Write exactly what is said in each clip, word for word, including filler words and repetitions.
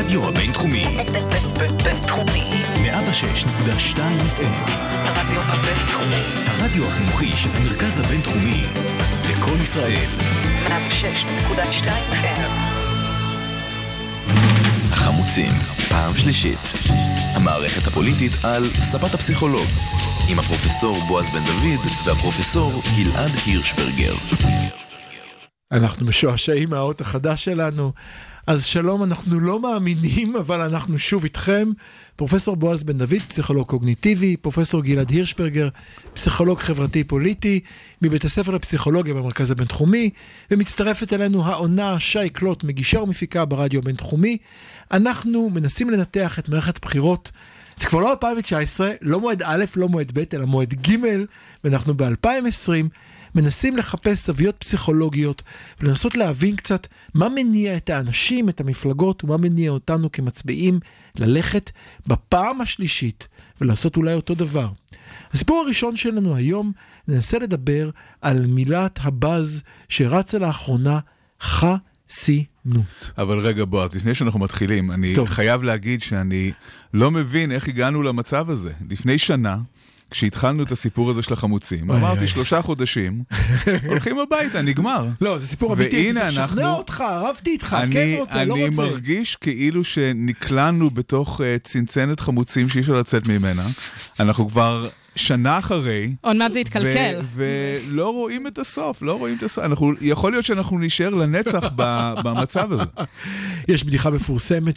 הרדיו הבינתחומי. בינתחומי. מאה ושש נקודה שתיים אף אם. הרדיו הבינתחומי. הרדיו החינוכי של המרכז הבינתחומי. לכל ישראל. מאה ושש נקודה שתיים אף אם. החמוצים, פעם שלישית. המערכת הפוליטית על ספת הפסיכולוג. עם הפרופסור בועז בן דוד והפרופסור גלעד הירשברגר. אנחנו משועשעים מהאות החדש שלנו. אז שלום, אנחנו לא מאמינים, אבל אנחנו שוב איתכם. פרופסור בועז בן דוד, פסיכולוג קוגניטיבי, פרופסור גלעד הירשברגר, פסיכולוג חברתי-פוליטי, מבית הספר לפסיכולוגיה במרכז הבינתחומי, ומצטרפת אלינו העונה שי קלוט, מגישה ומפיקה ברדיו הבינתחומי. אנחנו מנסים לנתח את מערכת הבחירות. זה כבר לא אלפיים תשע עשרה, לא מועד א', לא מועד ב', אלא מועד ג', ואנחנו ב-אלפיים עשרים, מנסים לחפש סביות פסיכולוגיות, ולנסות להבין קצת מה מניע את האנשים, את המפלגות, ומה מניע אותנו כמצביעים ללכת בפעם השלישית, ולעשות אולי אותו דבר. הסיפור הראשון שלנו היום, ננסה לדבר על מילת הבאז שרצה לאחרונה, חסינות. אבל רגע בועז, לפני שאנחנו מתחילים, אני טוב. חייב להגיד שאני לא מבין איך הגענו למצב הזה. לפני שנה, כשהתחלנו את הסיפור הזה של החמוצים, אמרתי שלושה חודשים, הולכים הביתה, נגמר. לא, זה סיפור אמיתי, זה שכנע אותך, רבתי איתך, כן רוצה, לא רוצה. אני מרגיש כאילו שנקלענו בתוך צנצנת חמוצים שאי אפשר לצאת ממנה. אנחנו כבר שנה אחרי. עוד מעט זה יתקלקל. ולא רואים את הסוף, לא רואים את הסוף. יכול להיות שאנחנו נשאר לנצח במצב הזה. יש בדיחה מפורסמת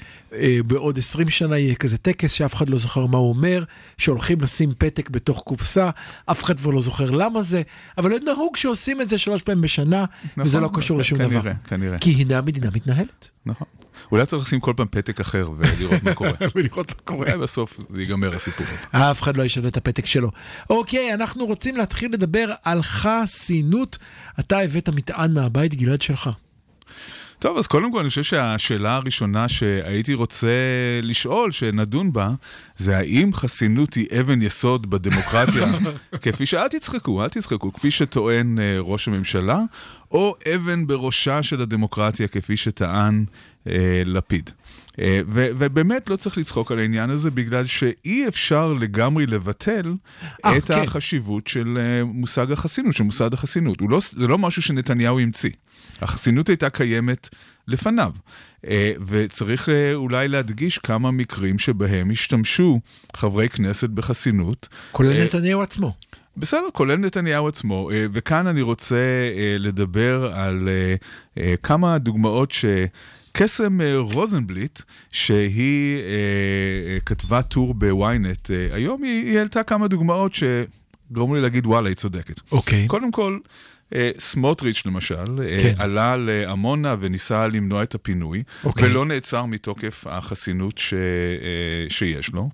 שבעוד עשרים שנה יהיה כזה טקס שאף אחד לא זוכר מה הוא אומר, שהולכים לשים פתק בתוך קופסה, אף אחד כבר לא זוכר למה זה, אבל לא נהוג שעושים את זה שלוש פעמים בשנה, וזה לא קשור לשום דבר. כנראה, כנראה. כי הנה המדינה מתנהלת. נכון. אולי צריך לשים כל פעם פתק אחר ולראות מה קורה. ולראות מה קורה. אולי בסוף זה ייגמר הסיפור. אף אחד לא ישנה את הפתק שלו. אוקיי, אנחנו רוצים להתחיל לדבר על חסינות. אתה הבאת מטען מהבית, גלעד, שלך. טוב, אז קודם כל אני חושב שהשאלה הראשונה שהייתי רוצה לשאול, שנדון בה, זה האם חסינות היא אבן יסוד בדמוקרטיה, כפי שאל תצחקו, אל תצחקו, כפי שטוען ראש הממשלה, או אבן בראשה של הדמוקרטיה, כפי שטען אה, לפיד. אה, ו- ובאמת לא צריך לצחוק על העניין הזה, בגלל שאי אפשר לגמרי לבטל 아, את כן. החשיבות של אה, מושג החסינות, של מושג החסינות. לא, זה לא משהו שנתניהו המציא. החסינות הייתה קיימת לפניו. אה, וצריך אה, אולי להדגיש כמה מקרים שבהם השתמשו חברי כנסת בחסינות. כולל אה, נתניהו עצמו. בסדר, כולל נתניהו עצמו, וכאן אני רוצה לדבר על כמה דוגמאות שקסם רוזנבליט, שהיא כתבה טור בוויינט, היום היא העלתה כמה דוגמאות שגרמו לי להגיד וואלה, היא צודקת. אוקיי. קודם כל, סמוטריץ' למשל, כן. עלה לעמונה וניסה למנוע את הפינוי, אוקיי. ולא נעצר מתוקף החסינות ש... שיש לו.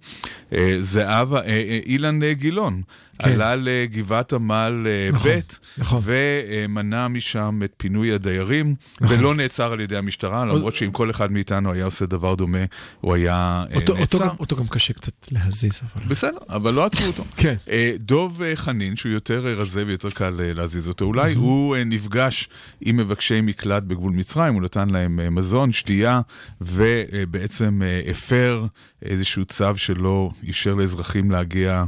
זהבה, אילן גילון, כן. עלה לגבעת עמל נכון, ב' נכון. ומנע משם את פינוי הדיירים, נכון. ולא נעצר על ידי המשטרה, למרות שאם כל אחד מאיתנו היה עושה דבר דומה, הוא היה אותו, נעצר. אותו, אותו גם קשה קצת להזיז. אבל... בסדר, אבל לא עצרו אותו. כן. דוב חנין, שהוא יותר רזה ויותר קל להזיז אותו, אולי הוא נפגש עם מבקשי מקלט בגבול מצרים, הוא נתן להם מזון, שתייה, ובעצם הפר איזשהו צו שלא אפשר לאזרחים להגיע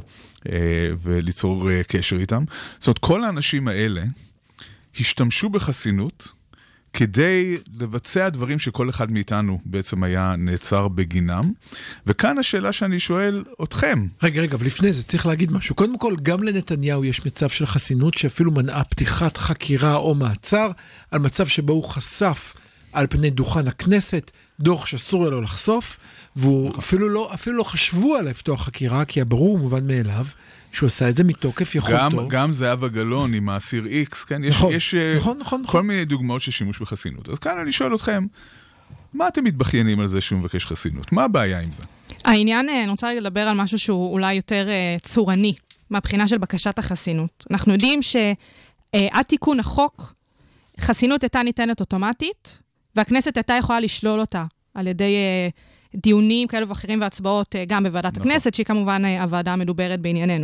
וליצור קשר איתם. זאת אומרת, כל האנשים האלה השתמשו בחסינות כדי לבצע דברים שכל אחד מאיתנו בעצם היה נעצר בגינם. וכאן השאלה שאני שואל אתכם. רגע, רגע, ולפני זה צריך להגיד משהו. קודם כל, גם לנתניהו יש מצב של חסינות שאפילו מנעה פתיחת חקירה או מעצר, על מצב שבו הוא חשף על פני דוכן הכנסת, דוח שאסור לו לחשוף, והוא אפילו לא, אפילו לא חשבו על לפתוח חקירה, כי הברור מובן מאליו, שהוא עשה את זה מתוקף יכולתו. גם, גם זהבה גלאון עם האסיר איקס, כן? יש, נכון, יש נכון, נכון, כל נכון. מיני דוגמאות של שימוש בחסינות. אז כאן אני שואל אתכם, מה אתם מתבחיינים על זה שהוא מבקש חסינות? מה הבעיה עם זה? העניין, אני רוצה לדבר על משהו שהוא אולי יותר צורני, מהבחינה של בקשת החסינות. אנחנו יודעים שעד תיקון החוק, חסינות הייתה ניתנת אוטומטית, והכנסת הייתה יכולה לשלול אותה על ידי דיונים כאלו ואחרים והצבעות גם בוועדת נכון. הכנסת, שהיא כמובן הוועדה המדוברת בענייננו.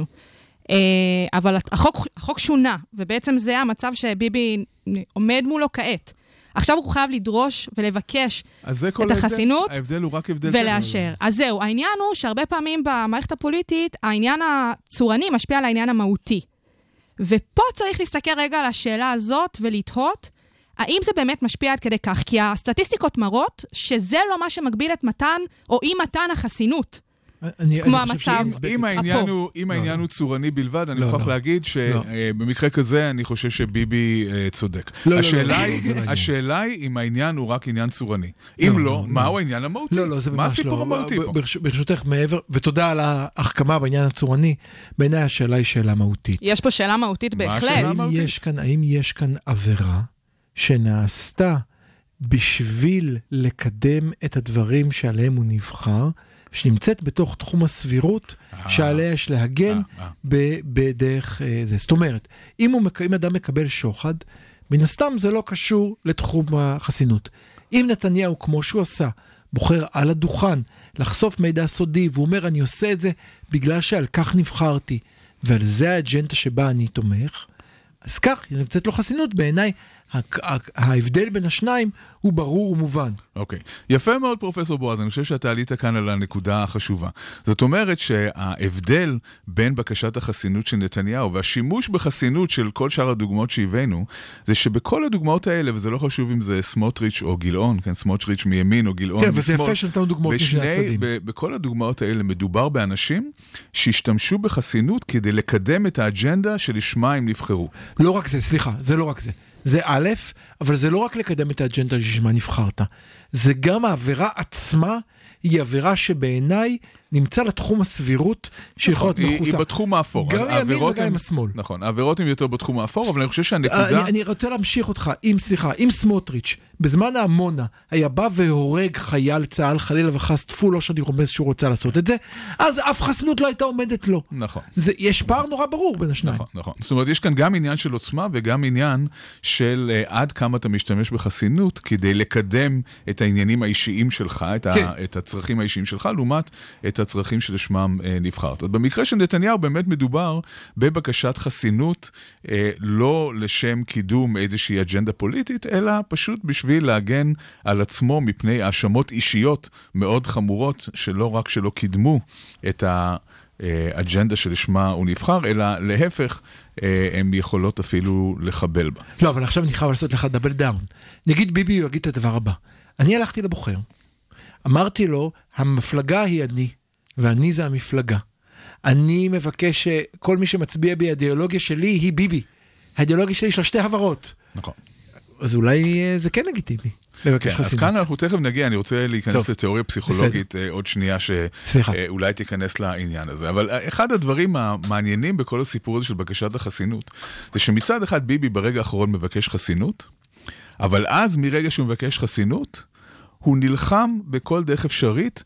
אבל החוק, החוק שונה, ובעצם זה המצב שביבי עומד מולו כעת. עכשיו הוא חייב לדרוש ולבקש את החסינות ההבדל הוא רק הבדל ולאשר. אז זהו, העניין הוא שהרבה פעמים במערכת הפוליטית, העניין הצורני משפיע על העניין המהותי. ופה צריך להסתכל רגע על השאלה הזאת ולתהות, האם זה באמת משפיע עד כדי כך? כי הסטטיסטיקות מראות שזה לא מה שמגביל את מתן או אי מתן החסינות. כמו המצב אפו. אם העניין הוא צורני בלבד, אני מוכרח להגיד שבמקרה כזה אני חושב שביבי צודק. השאלה היא אם העניין הוא רק עניין צורני. אם לא, מהו העניין המהותי? מה הסיפור המהותי פה? ברשותך מעבר, ותודה על ההחכמה בעניין הצורני, בעיניי השאלה היא שאלה מהותית. יש פה שאלה מהותית בהחלט. האם יש כאן עבירה שנעשתה בשביל לקדם את הדברים שעליהם הוא נבחר, שנמצאת בתוך תחום הסבירות שעליה יש להגן בדרך זה. זאת אומרת, אם אדם מקבל שוחד, מן הסתם זה לא קשור לתחום החסינות. אם נתניהו, כמו שהוא עשה, בוחר על הדוכן לחשוף מידע סודי, והוא אומר, אני עושה את זה בגלל שעל כך נבחרתי, ועל זה האג'נדה שבה אני תומך, אז כך, נמצאת לו חסינות. בעיניי, ההבדל בין השניים הוא ברור ומובן. אוקיי. יפה מאוד, פרופסור בועז, אני חושב שאתה עלית כאן על הנקודה החשובה. זאת אומרת שההבדל בין בקשת החסינות של נתניהו והשימוש בחסינות של כל שאר הדוגמאות שהבאנו, זה שבכל הדוגמאות האלה, וזה לא חשוב אם זה סמוטריץ' או גילאון, כן, סמוטריץ' מימין או גילאון משמאל. כן, וזה יפה שנתנו דוגמאות משני הצדדים. בכל הדוגמאות האלה מדובר באנשים שהשתמשו בחסינות כדי לקדם את האג'נדה שלשמה הם נבחרו. לא רק זה, סליחה, זה לא רק זה. זה א', אבל זה לא רק לקדם את האג'נדה שמה נבחרת. זה גם העבירה עצמה, היא עבירה שבעיניי נמצא לתחום הסבירות שיכולת נכון, מחוסה. היא בתחום האפור. גם ימין וגם עם השמאל. נכון, העבירות הן יותר בתחום האפור, אבל אני חושב שהנקודה... אני, אני רוצה להמשיך אותך, אם, סליחה, אם סמוטריץ' בזמן האמונה היה בא והורג חייל צהל, חלילה וחס תפו לו שאני רומז שהוא רוצה לעשות את זה, אז אף חסינות לא הייתה עומדת לו. נכון. זה, יש פער נורא ברור בין השניים. נכון, נכון. זאת אומרת, יש כאן גם עניין של עוצמה וגם עניין של uh, עד כמה אתה משתמש בחסינות כדי לקדם את העניינים האישיים שלך, את, כן. ה, את הצרכים האישיים שלך, לעומת את הצרכים שלשמם uh, נבחרת. במקרה של נתניהו באמת מדובר בבקשת חסינות, uh, לא לשם קידום איזושהי אג'נדה פוליטית, אלא פשוט בשביל להגן על עצמו מפני האשמות אישיות מאוד חמורות, שלא רק שלא קידמו את האג'נדה שלשמה הוא נבחר, אלא להפך, הן יכולות אפילו לחבל בה. לא, אבל עכשיו אני חייב לעשות לך דאבל דאון. נגיד ביבי, הוא יגיד את הדבר הבא. אני הלכתי לבוחר. אמרתי לו, המפלגה היא אני, ואני זה המפלגה. אני מבקש שכל מי שמצביע בי, האידיאולוגיה שלי היא ביבי. האידיאולוגיה שלי יש לה שתי הברות. נכון. אז אולי זה כן לגיטימי. כן, אז כאן אנחנו תכף נגיע, אני רוצה להיכנס לתיאוריה פסיכולוגית עוד שנייה שאולי תיכנס לעניין הזה. אבל אחד הדברים המעניינים בכל הסיפור הזה של בקשת החסינות, זה שמצד אחד ביבי ברגע האחרון מבקש חסינות, אבל אז מרגע שהוא מבקש חסינות, הוא נלחם בכל דרך אפשרית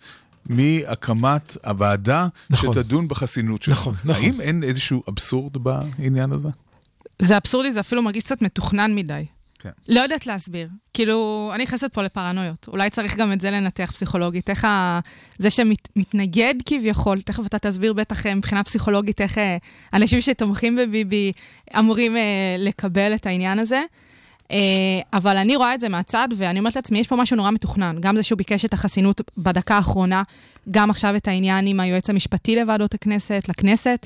מהקמת הוועדה שתדון בחסינות שלו. נכון, נכון. האם אין איזשהו אבסורד בעניין הזה? זה אבסורדי, זה אפילו מרגיש קצת מתוכנן מדי. כן. לא יודעת להסביר. כאילו, אני נכנסת פה לפרנויות. אולי צריך גם את זה לנתח פסיכולוגית. איך ה... זה שמתנגד כביכול, תכף אתה תסביר בטח מבחינה פסיכולוגית, איך אנשים שתומכים בביבי אמורים לקבל את העניין הזה. אבל אני רואה את זה מהצד, ואני אומרת לעצמי, יש פה משהו נורא מתוכנן. גם זה שהוא ביקש את החסינות בדקה האחרונה, גם עכשיו את העניין עם היועץ המשפטי לוועדות הכנסת, לכנסת,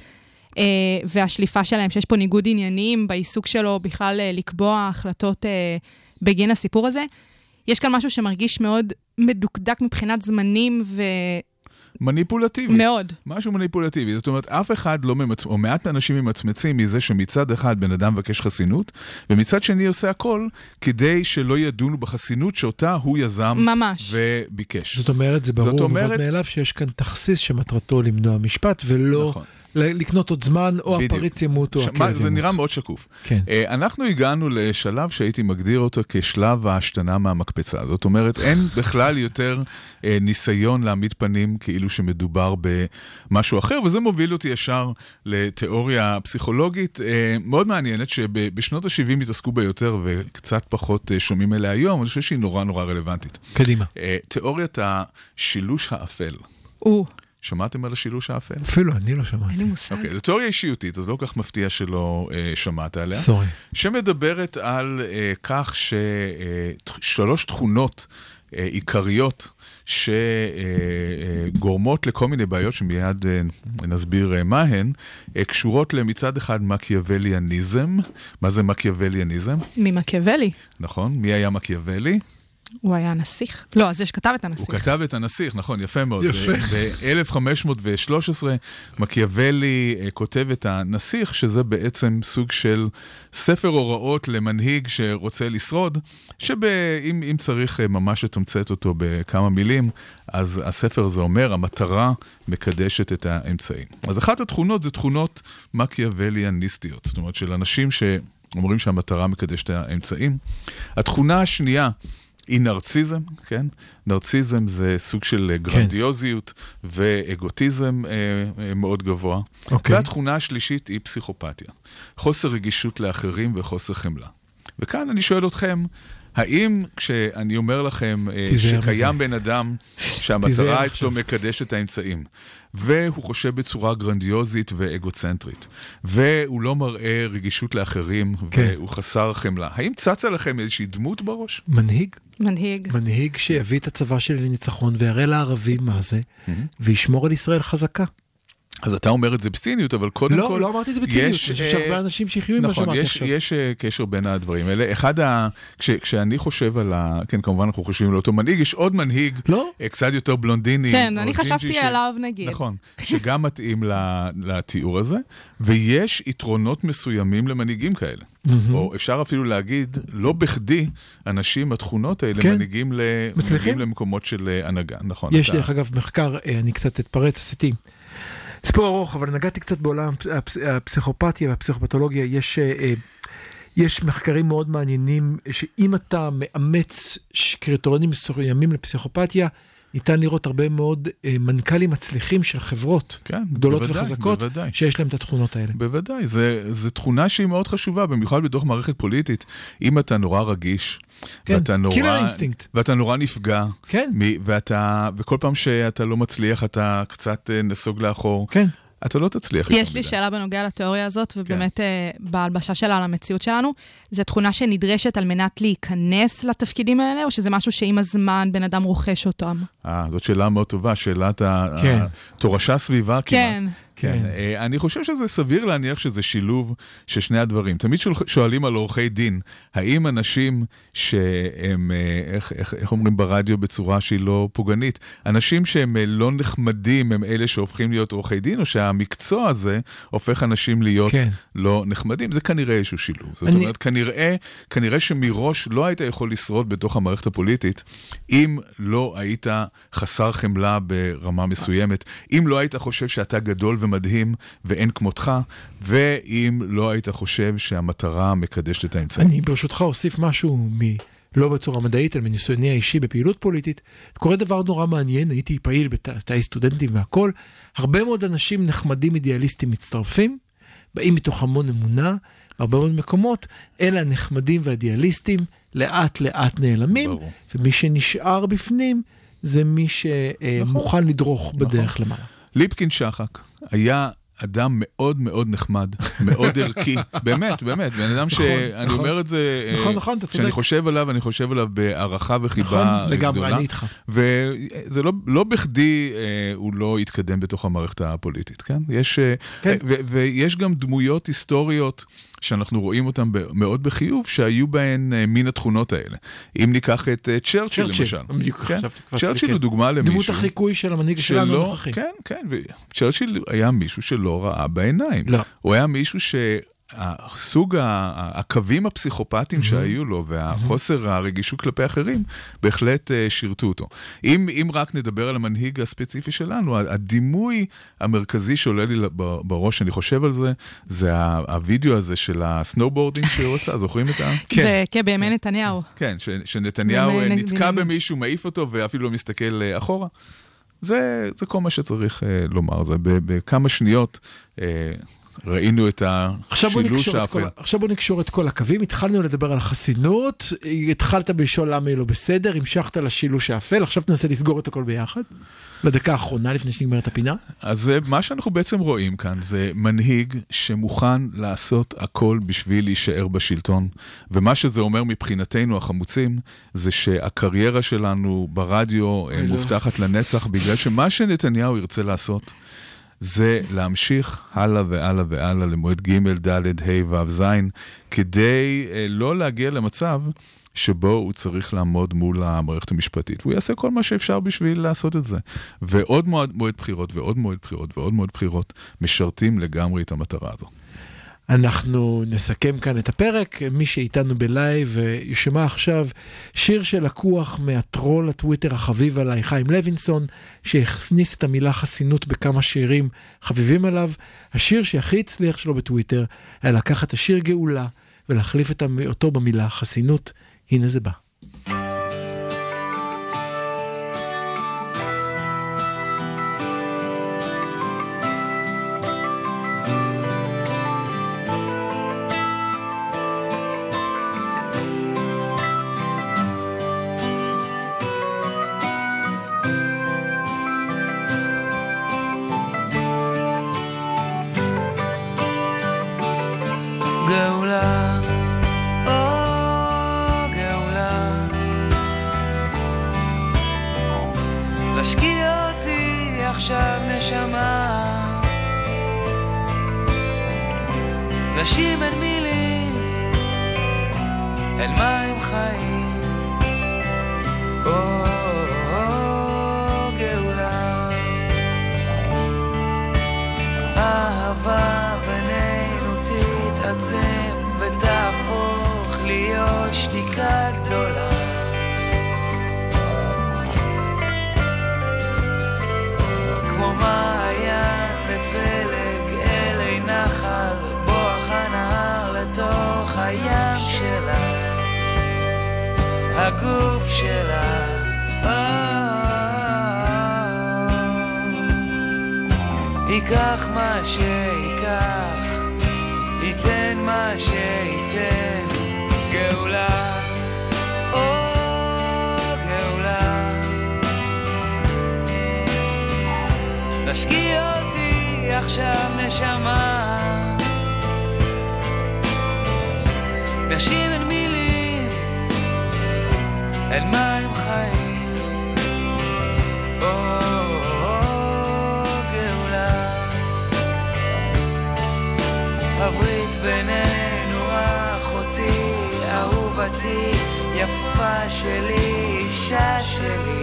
והשליפה שלהם, שיש פה ניגוד עניינים בעיסוק שלו, בכלל לקבוע החלטות בגין הסיפור הזה. יש כאן משהו שמרגיש מאוד מדוקדק מבחינת זמנים ו... מניפולטיבי. מאוד. משהו מניפולטיבי. זאת אומרת, אף אחד לא ממצ... או מעט אנשים ממצמצים מזה שמצד אחד בן אדם מבקש חסינות, ומצד שני עושה הכל כדי שלא ידונו בחסינות שאותה הוא יזם ממש. וביקש. זאת אומרת, זה ברור אומרת... מאוד מאליו שיש כאן תכסיס שמטרתו למנוע משפט, ולא... נכון. לקנות עוד זמן, או הפריץ ימות, או הכלב ימות. זה נראה מאוד שקוף. כן. אנחנו הגענו לשלב שהייתי מגדיר אותו כשלב ההשתנה מהמקפצה. זאת אומרת, אין בכלל יותר ניסיון להעמיד פנים כאילו שמדובר במשהו אחר, וזה מוביל אותי ישר לתיאוריה פסיכולוגית מאוד מעניינת, שבשנות ה-שבעים התעסקו בה יותר, וקצת פחות שומעים אליה היום, אני חושב שהיא נורא נורא רלוונטית. קדימה. תיאוריית השילוש האפל. או. שמעתם על השילוש האפל? אפילו אני לא שמעתי. אין לי מושג. אוקיי, זו תיאוריה אישיותית, אז לא כך מפתיע שלא אה, שמעת עליה. סורי. שמדברת על אה, כך ששלוש תכונות אה, עיקריות שגורמות לכל מיני בעיות שמיד אה, נסביר אה, מה הן, אה, קשורות למצד אחד מקיאווליאניזם. מה זה מקיאווליאניזם? ממקיאוולי. נכון, מי היה מקיאוולי? הוא היה הנסיך. לא, אז זה שכתב את הנסיך. הוא כתב את הנסיך, נכון, יפה מאוד. יפה. ב-אלף חמש מאות ושלוש עשרה מקיאוולי כותב את הנסיך, שזה בעצם סוג של ספר הוראות למנהיג שרוצה לשרוד, שאם אם צריך ממש לתמצת אותו בכמה מילים, אז הספר הזה אומר, המטרה מקדשת את האמצעים. אז אחת התכונות זה תכונות מקיאווליאניסטיות, זאת אומרת של אנשים שאומרים שהמטרה מקדשת את האמצעים. התכונה השנייה, היא נרציזם, כן? נרציזם זה סוג של גרנדיוזיות כן. ואגוטיזם אה, אה, מאוד גבוה. אוקיי. והתכונה השלישית היא פסיכופתיה. חוסר רגישות לאחרים וחוסר חמלה. וכאן אני שואל אתכם, האם כשאני אומר לכם אה, שקיים בן אדם שהמטרה אצלו מקדש את האמצעים, והוא חושב בצורה גרנדיוזית ואגוצנטרית, והוא לא מראה רגישות לאחרים, כן. והוא חסר חמלה, האם צצה לכם איזושהי דמות בראש? מנהיג. מנהיג. מנהיג שיביא את הצבא שלי לניצחון ויראה לערבים מה זה, mm-hmm. וישמור על ישראל חזקה. אז אתה אומר את זה בציניות, אבל קודם לא, כל... לא, לא אמרתי את זה בציניות, יש, יש הרבה אנשים שיחיו עם מה שאמרתי עכשיו. יש קשר בין הדברים האלה. אחד ה... כש, כשאני חושב על ה... כן, כמובן אנחנו חושבים על אותו מנהיג, יש עוד מנהיג, לא? קצת יותר בלונדיני. כן, אני חשבתי ש... עליו נגיד. נכון, שגם מתאים לתיאור הזה, ויש יתרונות מסוימים למנהיגים כאלה. או אפשר אפילו להגיד, לא בכדי אנשים, התכונות האלה, כן. מנהיגים, ל... מנהיגים למקומות של הנהגה. נכון. יש אתה... דרך אגב מחקר, אני קצת אתפרץ, עשיתי. סיפור ארוך, אבל נגעתי קצת בעולם הפסיכופתיה והפסיכופתולוגיה. יש, יש מחקרים מאוד מעניינים, שאם אתה מאמץ קריטריונים מסוימים לפסיכופתיה, ניתן לראות הרבה מאוד מנכ"לים מצליחים של חברות כן, גדולות בוודאי, וחזקות, בוודאי. שיש להם את התכונות האלה. בוודאי, זה, זה תכונה שהיא מאוד חשובה, במיוחד בתוך מערכת פוליטית. אם אתה נורא רגיש, כן, ואתה נורא, קילר אינסטינקט. ואתה נורא נפגע, כן. ואתה, וכל פעם שאתה לא מצליח, אתה קצת נסוג לאחור. כן. אתה לא תצליח. יש לי שאלה בנוגע לתיאוריה הזאת, ובאמת בהלבשה שלה על המציאות שלנו, זו תכונה שנדרשת על מנת להיכנס לתפקידים האלה, או שזה משהו שעם הזמן בן אדם רוכש אותם? אה, זאת שאלה מאוד טובה, שאלת התורשה סביבה כמעט. כן. כן. אני חושב שזה סביר להניח שזה שילוב של שני הדברים. תמיד שואלים על עורכי דין, האם אנשים שהם, איך, איך, איך אומרים ברדיו בצורה שהיא לא פוגענית, אנשים שהם לא נחמדים הם אלה שהופכים להיות עורכי דין, או שהמקצוע הזה הופך אנשים להיות כן. לא נחמדים? זה כנראה איזשהו שילוב. זאת אני... אומרת, כנראה, כנראה שמראש לא היית יכול לשרוד בתוך המערכת הפוליטית, אם לא היית חסר חמלה ברמה מסוימת, אם לא היית חושב שאתה גדול ומדהים ואין כמותך, ואם לא היית חושב שהמטרה מקדשת את האמצעים. אני ברשותך אוסיף משהו מ... לא בצורה מדעית, אלא מניסיוני האישי בפעילות פוליטית. קורה דבר נורא מעניין, הייתי פעיל בתאי סטודנטים והכל, הרבה מאוד אנשים נחמדים אידיאליסטים מצטרפים, באים מתוך המון אמונה, בהרבה מאוד מקומות, אלה הנחמדים והאידיאליסטים לאט לאט נעלמים, ברור. ומי שנשאר בפנים, זה מי שמוכן נכון. לדרוך בדרך נכון. למעלה. ליפקין שחק היה אדם מאוד מאוד נחמד, מאוד ערכי, באמת, באמת, בן אדם שאני אומר את זה, נכון, נכון, אתה צודק. שאני חושב עליו, אני חושב עליו בהערכה וחיבה גדולה. לגמרי, אני איתך. וזה לא בכדי הוא לא יתקדם בתוך המערכת הפוליטית, כן? ויש גם דמויות היסטוריות שאנחנו רואים אותם מאוד בחיוב, שהיו בהן מן התכונות האלה. אם ניקח את צ'רצ'יל למשל. צ'רצ'יל הוא דוגמה למישהו. דמות החיקוי של המנהיג שלנו הנוכחי. כן, כן, וצ'רצ'יל היה מישהו שלא ראה בעיניים. הוא היה מישהו ש... הסוג הקווים הפסיכופטיים שהיו לו והחוסר הרגישות כלפי אחרים בהחלט שירתו אותו. אם, אם רק נדבר על המנהיג הספציפי שלנו, הדימוי המרכזי שעולה לי בראש, אני חושב על זה, זה הווידאו הזה של הסנובורדינג שהוא עושה, זוכרים את ה... כן, כן, בימי נתניהו. כן, שנתניהו נתקע במישהו, מעיף אותו ואפילו לא מסתכל אחורה. זה, זה כל מה שצריך לומר, זה בכמה שניות ראינו את עכשיו בוא השילוש נקשור את כל- האפל. עכשיו בוא נקשור את כל הקווים, התחלנו לדבר על החסינות, התחלת בשאול למה היא לא בסדר, המשכת לשילוש האפל, עכשיו תנסה לסגור את הכל ביחד, בדקה האחרונה לפני שנגמרת הפינה. אז זה, מה שאנחנו בעצם רואים כאן זה מנהיג שמוכן לעשות הכל בשביל להישאר בשלטון, ומה שזה אומר מבחינתנו החמוצים, זה שהקריירה שלנו ברדיו אה, מובטחת לנצח, בגלל שמה שנתניהו ירצה לעשות, זה להמשיך הלאה והלאה והלאה למועד ג' ד' ה' ו' ז', כדי אה, לא להגיע למצב שבו הוא צריך לעמוד מול המערכת המשפטית. והוא יעשה כל מה שאפשר בשביל לעשות את זה. ועוד מועד, מועד בחירות ועוד מועד בחירות ועוד מועד בחירות משרתים לגמרי את המטרה הזו. אנחנו נסכם כאן את הפרק, מי שאיתנו בלייב ישמע עכשיו שיר שלקוח מהטרול הטוויטר החביב עליי, חיים לוינסון, שהכניס את המילה חסינות בכמה שירים חביבים עליו. השיר שהכי הצליח שלו בטוויטר היה לקחת השיר גאולה ולהחליף אותו במילה חסינות. הנה זה בא. גאולה, או גאולה, להשקיע אותי עכשיו נשמה, לשים אין מילים, אל מים חיים, או גאולה, אהבה בינינו תתעצם ותהפוך להיות שתיקה גדולה, כמו מעיין בפלג אלי נחל, בוח הנהר לתוך הים שלה, הגוף שלה, ייקח מה שיקח, ייתן מה שייתן, גאולה, או גאולה, להשקיע אותי עכשיו נשמה, ישין אין מילים, אל מים חיים, או הברית בינינו אחותי, אהובתי, יפה שלי, אישה שלי,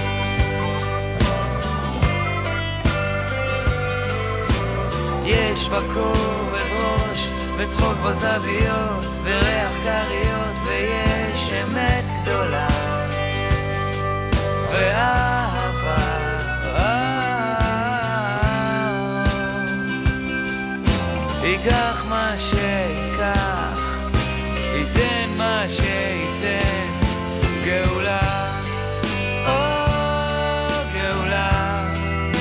יש בכובד ראש וצחוק בזוויות וריח קריות, ויש אמת גדולה ואהבה, ייקח מה שיקח, ייתן מה שייתן, גאולה, או גאולה,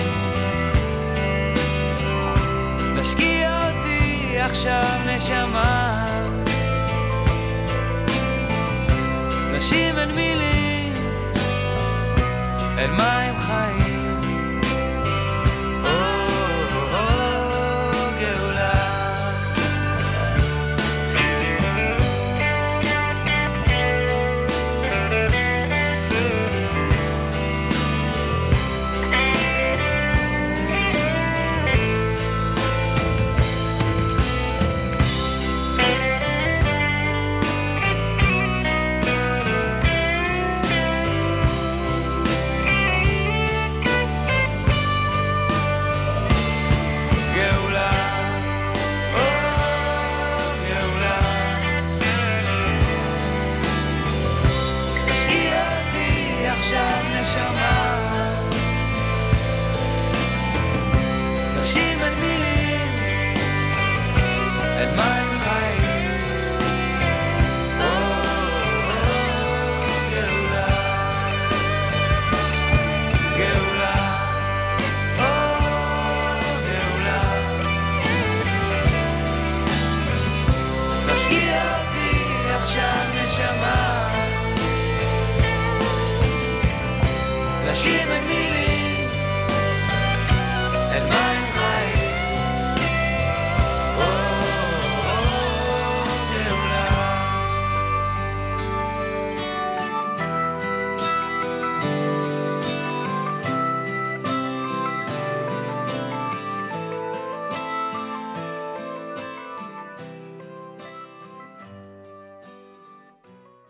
להשקיע אותי עכשיו נשמה, נשים אין מילים, אל מים חיים,